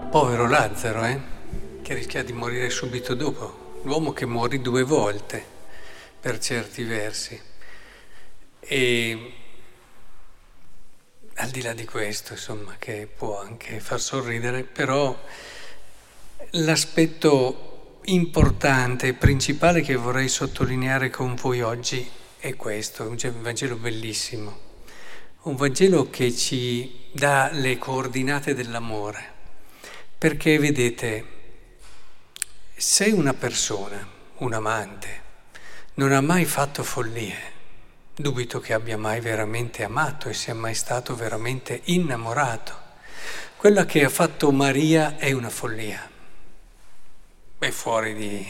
Povero Lazzaro, che rischia di morire subito dopo, l'uomo che morì 2 volte per certi versi. E al di là di questo, insomma, che può anche far sorridere, però l'aspetto importante e principale che vorrei sottolineare con voi oggi è questo, è un Vangelo bellissimo, un Vangelo che ci dà le coordinate dell'amore, perché vedete, se una persona, un amante, non ha mai fatto follie, dubito che abbia mai veramente amato e sia mai stato veramente innamorato. Quella che ha fatto Maria è una follia, è fuori di...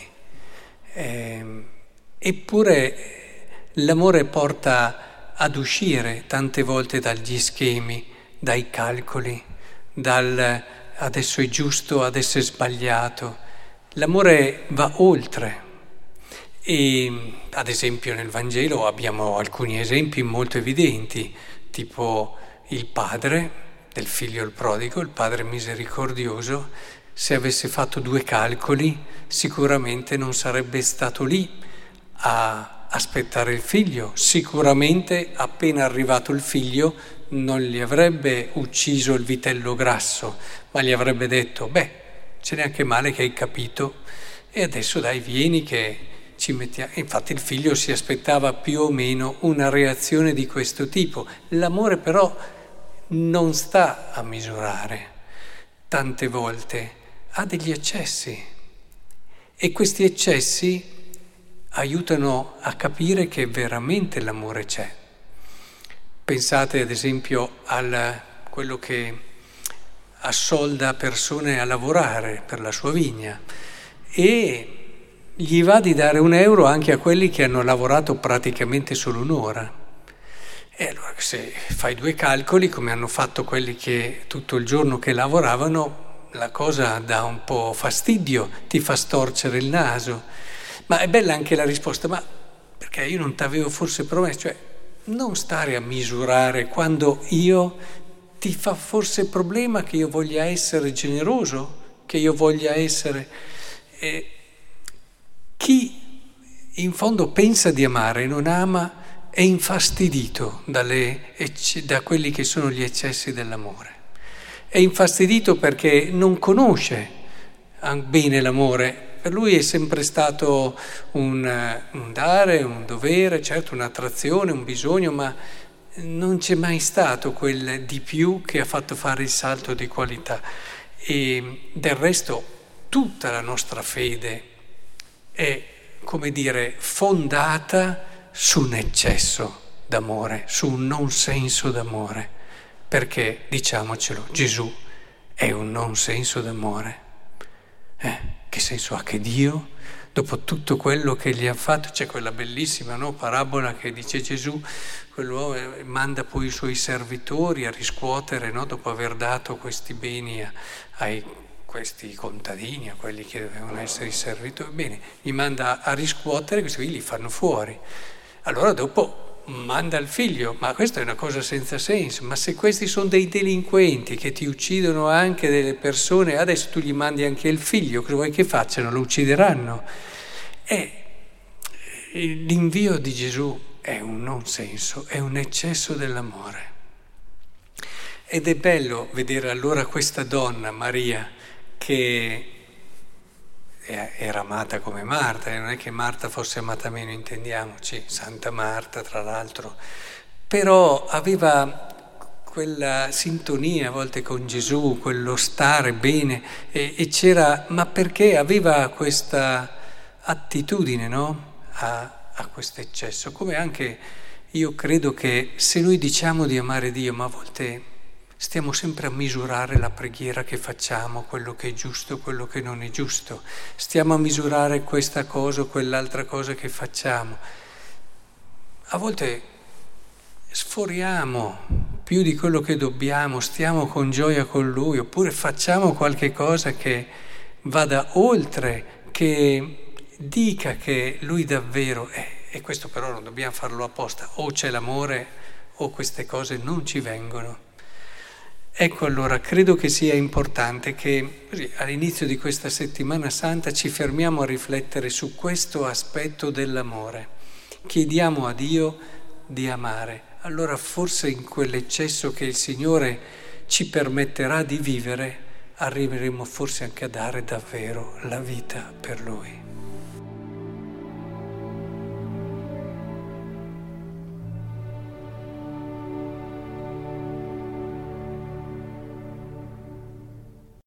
eppure l'amore porta ad uscire tante volte dagli schemi, dai calcoli, dal adesso è giusto, adesso è sbagliato. L'amore va oltre. E ad esempio nel Vangelo abbiamo alcuni esempi molto evidenti, tipo il padre del figlio il prodigo, il padre misericordioso, se avesse fatto 2 calcoli sicuramente non sarebbe stato lì a aspettare il figlio, sicuramente appena arrivato il figlio non gli avrebbe ucciso il vitello grasso, ma gli avrebbe detto, c'è neanche male che hai capito e adesso dai vieni che... Infatti il figlio si aspettava più o meno una reazione di questo tipo. L'amore però non sta a misurare, tante volte ha degli eccessi e questi eccessi aiutano a capire che veramente l'amore c'è. Pensate ad esempio a quello che assolda persone a lavorare per la sua vigna e gli va di dare 1 euro anche a quelli che hanno lavorato praticamente solo 1 ora. E allora se fai 2 calcoli, come hanno fatto quelli che tutto il giorno che lavoravano, la cosa dà un po' fastidio, ti fa storcere il naso. Ma è bella anche la risposta, ma perché io non t'avevo forse promesso? Cioè, non stare a misurare quando ti fa forse problema che io voglia essere generoso, che io voglia essere... Chi in fondo pensa di amare e non ama è infastidito da quelli che sono gli eccessi dell'amore. È infastidito perché non conosce bene l'amore. Per lui è sempre stato un dare, un dovere, certo un'attrazione, un bisogno, ma non c'è mai stato quel di più che ha fatto fare il salto di qualità. E del resto tutta la nostra fede è, come dire, fondata su un eccesso d'amore, su un non senso d'amore, perché, diciamocelo, Gesù è un non senso d'amore. Che senso ha che Dio, dopo tutto quello che gli ha fatto, c'è quella bellissima parabola che dice Gesù, quell'uomo manda poi i suoi servitori a riscuotere, dopo aver dato questi beni ai questi contadini, a quelli che dovevano essere i servitori, bene, li manda a riscuotere, questi qui li fanno fuori. Allora dopo manda il figlio, ma questa è una cosa senza senso, ma se questi sono dei delinquenti che ti uccidono anche delle persone, adesso tu gli mandi anche il figlio, cosa vuoi che facciano? Lo uccideranno. L'invio di Gesù è un non senso, è un eccesso dell'amore. Ed è bello vedere allora questa donna, Maria, che era amata come Marta, e non è che Marta fosse amata meno, intendiamoci, Santa Marta tra l'altro, però aveva quella sintonia a volte con Gesù, quello stare bene, e c'era, ma perché aveva questa attitudine, a questo eccesso, come anche io credo che se noi diciamo di amare Dio, ma a volte stiamo sempre a misurare la preghiera che facciamo, quello che è giusto, quello che non è giusto. Stiamo a misurare questa cosa o quell'altra cosa che facciamo. A volte sforiamo più di quello che dobbiamo, stiamo con gioia con Lui, oppure facciamo qualche cosa che vada oltre, che dica che Lui davvero è. E questo però non dobbiamo farlo apposta. O c'è l'amore o queste cose non ci vengono. Ecco, allora, credo che sia importante che così, all'inizio di questa settimana santa ci fermiamo a riflettere su questo aspetto dell'amore. Chiediamo a Dio di amare. Allora forse in quell'eccesso che il Signore ci permetterà di vivere, arriveremo forse anche a dare davvero la vita per Lui.